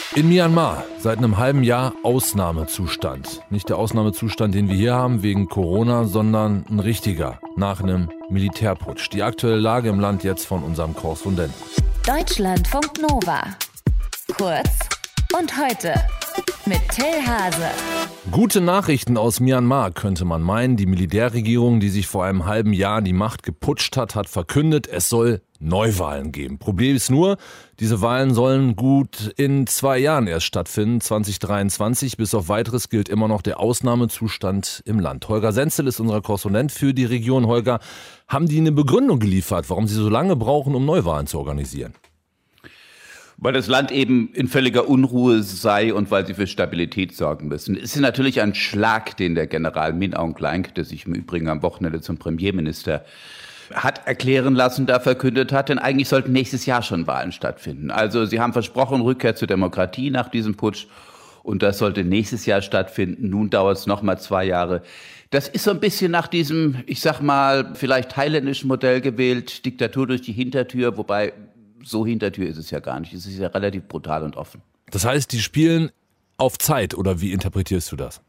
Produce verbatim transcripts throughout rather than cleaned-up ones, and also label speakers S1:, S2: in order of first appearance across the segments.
S1: In Myanmar seit einem halben Jahr Ausnahmezustand. Nicht der Ausnahmezustand, den wir hier haben wegen Corona, sondern ein richtiger, nach einem Militärputsch. Die aktuelle Lage im Land jetzt von unserem Korrespondenten.
S2: Deutschlandfunk Nova. Kurz und heute mit Till Hase.
S1: Gute Nachrichten aus Myanmar, könnte man meinen. Die Militärregierung, die sich vor einem halben Jahr die Macht geputscht hat, hat verkündet, es soll Neuwahlen geben. Problem ist nur, diese Wahlen sollen gut in zwei Jahren erst stattfinden, zwanzig dreiundzwanzig. Bis auf Weiteres gilt immer noch der Ausnahmezustand im Land. Holger Senzel ist unser Korrespondent für die Region. Holger, haben die eine Begründung geliefert, warum sie so lange brauchen, um Neuwahlen zu organisieren?
S3: Weil das Land eben in völliger Unruhe sei und weil sie für Stabilität sorgen müssen. Es ist natürlich ein Schlag, den der General Min Aung Hlaing, der sich im Übrigen am Wochenende zum Premierminister hat erklären lassen, da verkündet hat, denn eigentlich sollten nächstes Jahr schon Wahlen stattfinden. Also sie haben versprochen, Rückkehr zur Demokratie nach diesem Putsch und das sollte nächstes Jahr stattfinden. Nun dauert es noch mal zwei Jahre. Das ist so ein bisschen nach diesem, ich sag mal, vielleicht thailändischen Modell gewählt, Diktatur durch die Hintertür, wobei so Hintertür ist es ja gar nicht. Es ist ja relativ brutal und offen.
S1: Das heißt, die spielen auf Zeit, oder wie interpretierst du das?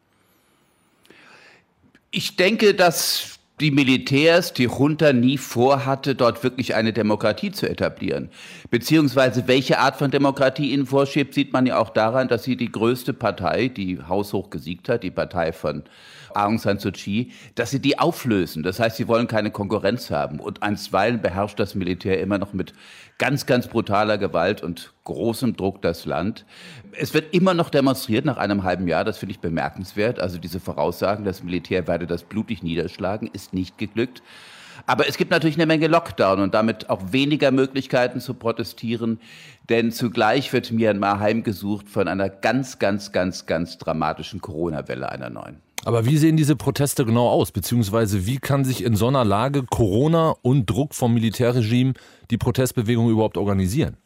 S3: Ich denke, dass die Militärs, die Junta nie vorhatte, dort wirklich eine Demokratie zu etablieren. Beziehungsweise welche Art von Demokratie ihnen vorschiebt, sieht man ja auch daran, dass sie die größte Partei, die haushoch gesiegt hat, die Partei von Aung San Suu Kyi, dass sie die auflösen. Das heißt, sie wollen keine Konkurrenz haben. Und einstweilen beherrscht das Militär immer noch mit ganz, ganz brutaler Gewalt und großem Druck das Land. Es wird immer noch demonstriert nach einem halben Jahr. Das finde ich bemerkenswert. Also diese Voraussagen, das Militär werde das blutig niederschlagen, ist nicht geglückt. Aber es gibt natürlich eine Menge Lockdown und damit auch weniger Möglichkeiten zu protestieren. Denn zugleich wird Myanmar heimgesucht von einer ganz, ganz, ganz, ganz dramatischen Corona-Welle, einer neuen.
S1: Aber wie sehen diese Proteste genau aus? Beziehungsweise wie kann sich in so einer Lage Corona und Druck vom Militärregime die Protestbewegung überhaupt organisieren?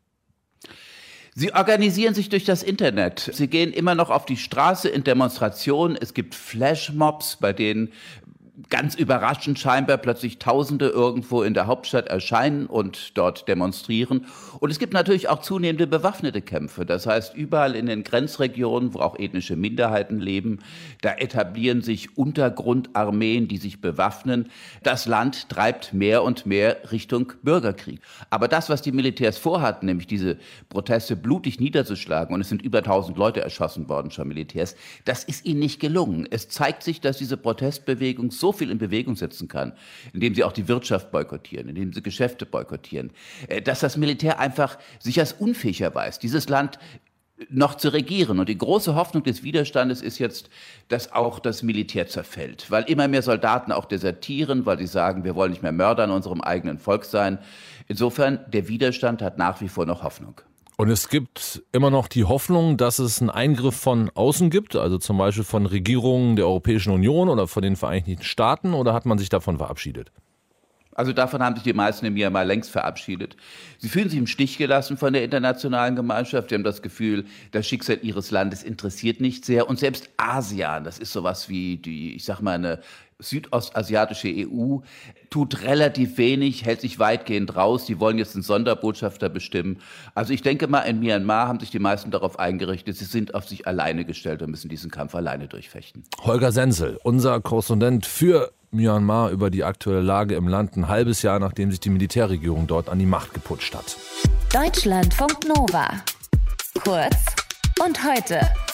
S3: Sie organisieren sich durch das Internet. Sie gehen immer noch auf die Straße in Demonstrationen. Es gibt Flashmobs, bei denen ganz überraschend scheinbar plötzlich Tausende irgendwo in der Hauptstadt erscheinen und dort demonstrieren. Und es gibt natürlich auch zunehmende bewaffnete Kämpfe. Das heißt, überall in den Grenzregionen, wo auch ethnische Minderheiten leben, da etablieren sich Untergrundarmeen, die sich bewaffnen. Das Land treibt mehr und mehr Richtung Bürgerkrieg. Aber das, was die Militärs vorhatten, nämlich diese Proteste blutig niederzuschlagen, und es sind über tausend Leute erschossen worden, schon Militärs, das ist ihnen nicht gelungen. Es zeigt sich, dass diese Protestbewegung so viel in Bewegung setzen kann, indem sie auch die Wirtschaft boykottieren, indem sie Geschäfte boykottieren, dass das Militär einfach sich als unfähig erweist, dieses Land noch zu regieren. Und die große Hoffnung des Widerstandes ist jetzt, dass auch das Militär zerfällt, weil immer mehr Soldaten auch desertieren, weil sie sagen, wir wollen nicht mehr Mörder an unserem eigenen Volk sein. Insofern, der Widerstand hat nach wie vor noch Hoffnung.
S1: Und es gibt immer noch die Hoffnung, dass es einen Eingriff von außen gibt, also zum Beispiel von Regierungen der Europäischen Union oder von den Vereinigten Staaten, oder hat man sich davon verabschiedet?
S3: Also davon haben sich die meisten in Myanmar längst verabschiedet. Sie fühlen sich im Stich gelassen von der internationalen Gemeinschaft. Sie haben das Gefühl, das Schicksal ihres Landes interessiert nicht sehr. Und selbst ASEAN, das ist sowas wie die, ich sag mal, eine südostasiatische E U, tut relativ wenig, hält sich weitgehend raus. Die wollen jetzt einen Sonderbotschafter bestimmen. Also ich denke mal, in Myanmar haben sich die meisten darauf eingerichtet, sie sind auf sich alleine gestellt und müssen diesen Kampf alleine durchfechten.
S1: Holger Senzel, unser Korrespondent für Myanmar über die aktuelle Lage im Land, ein halbes Jahr nachdem sich die Militärregierung dort an die Macht geputscht hat.
S2: Deutschlandfunk Nova. Kurz und heute.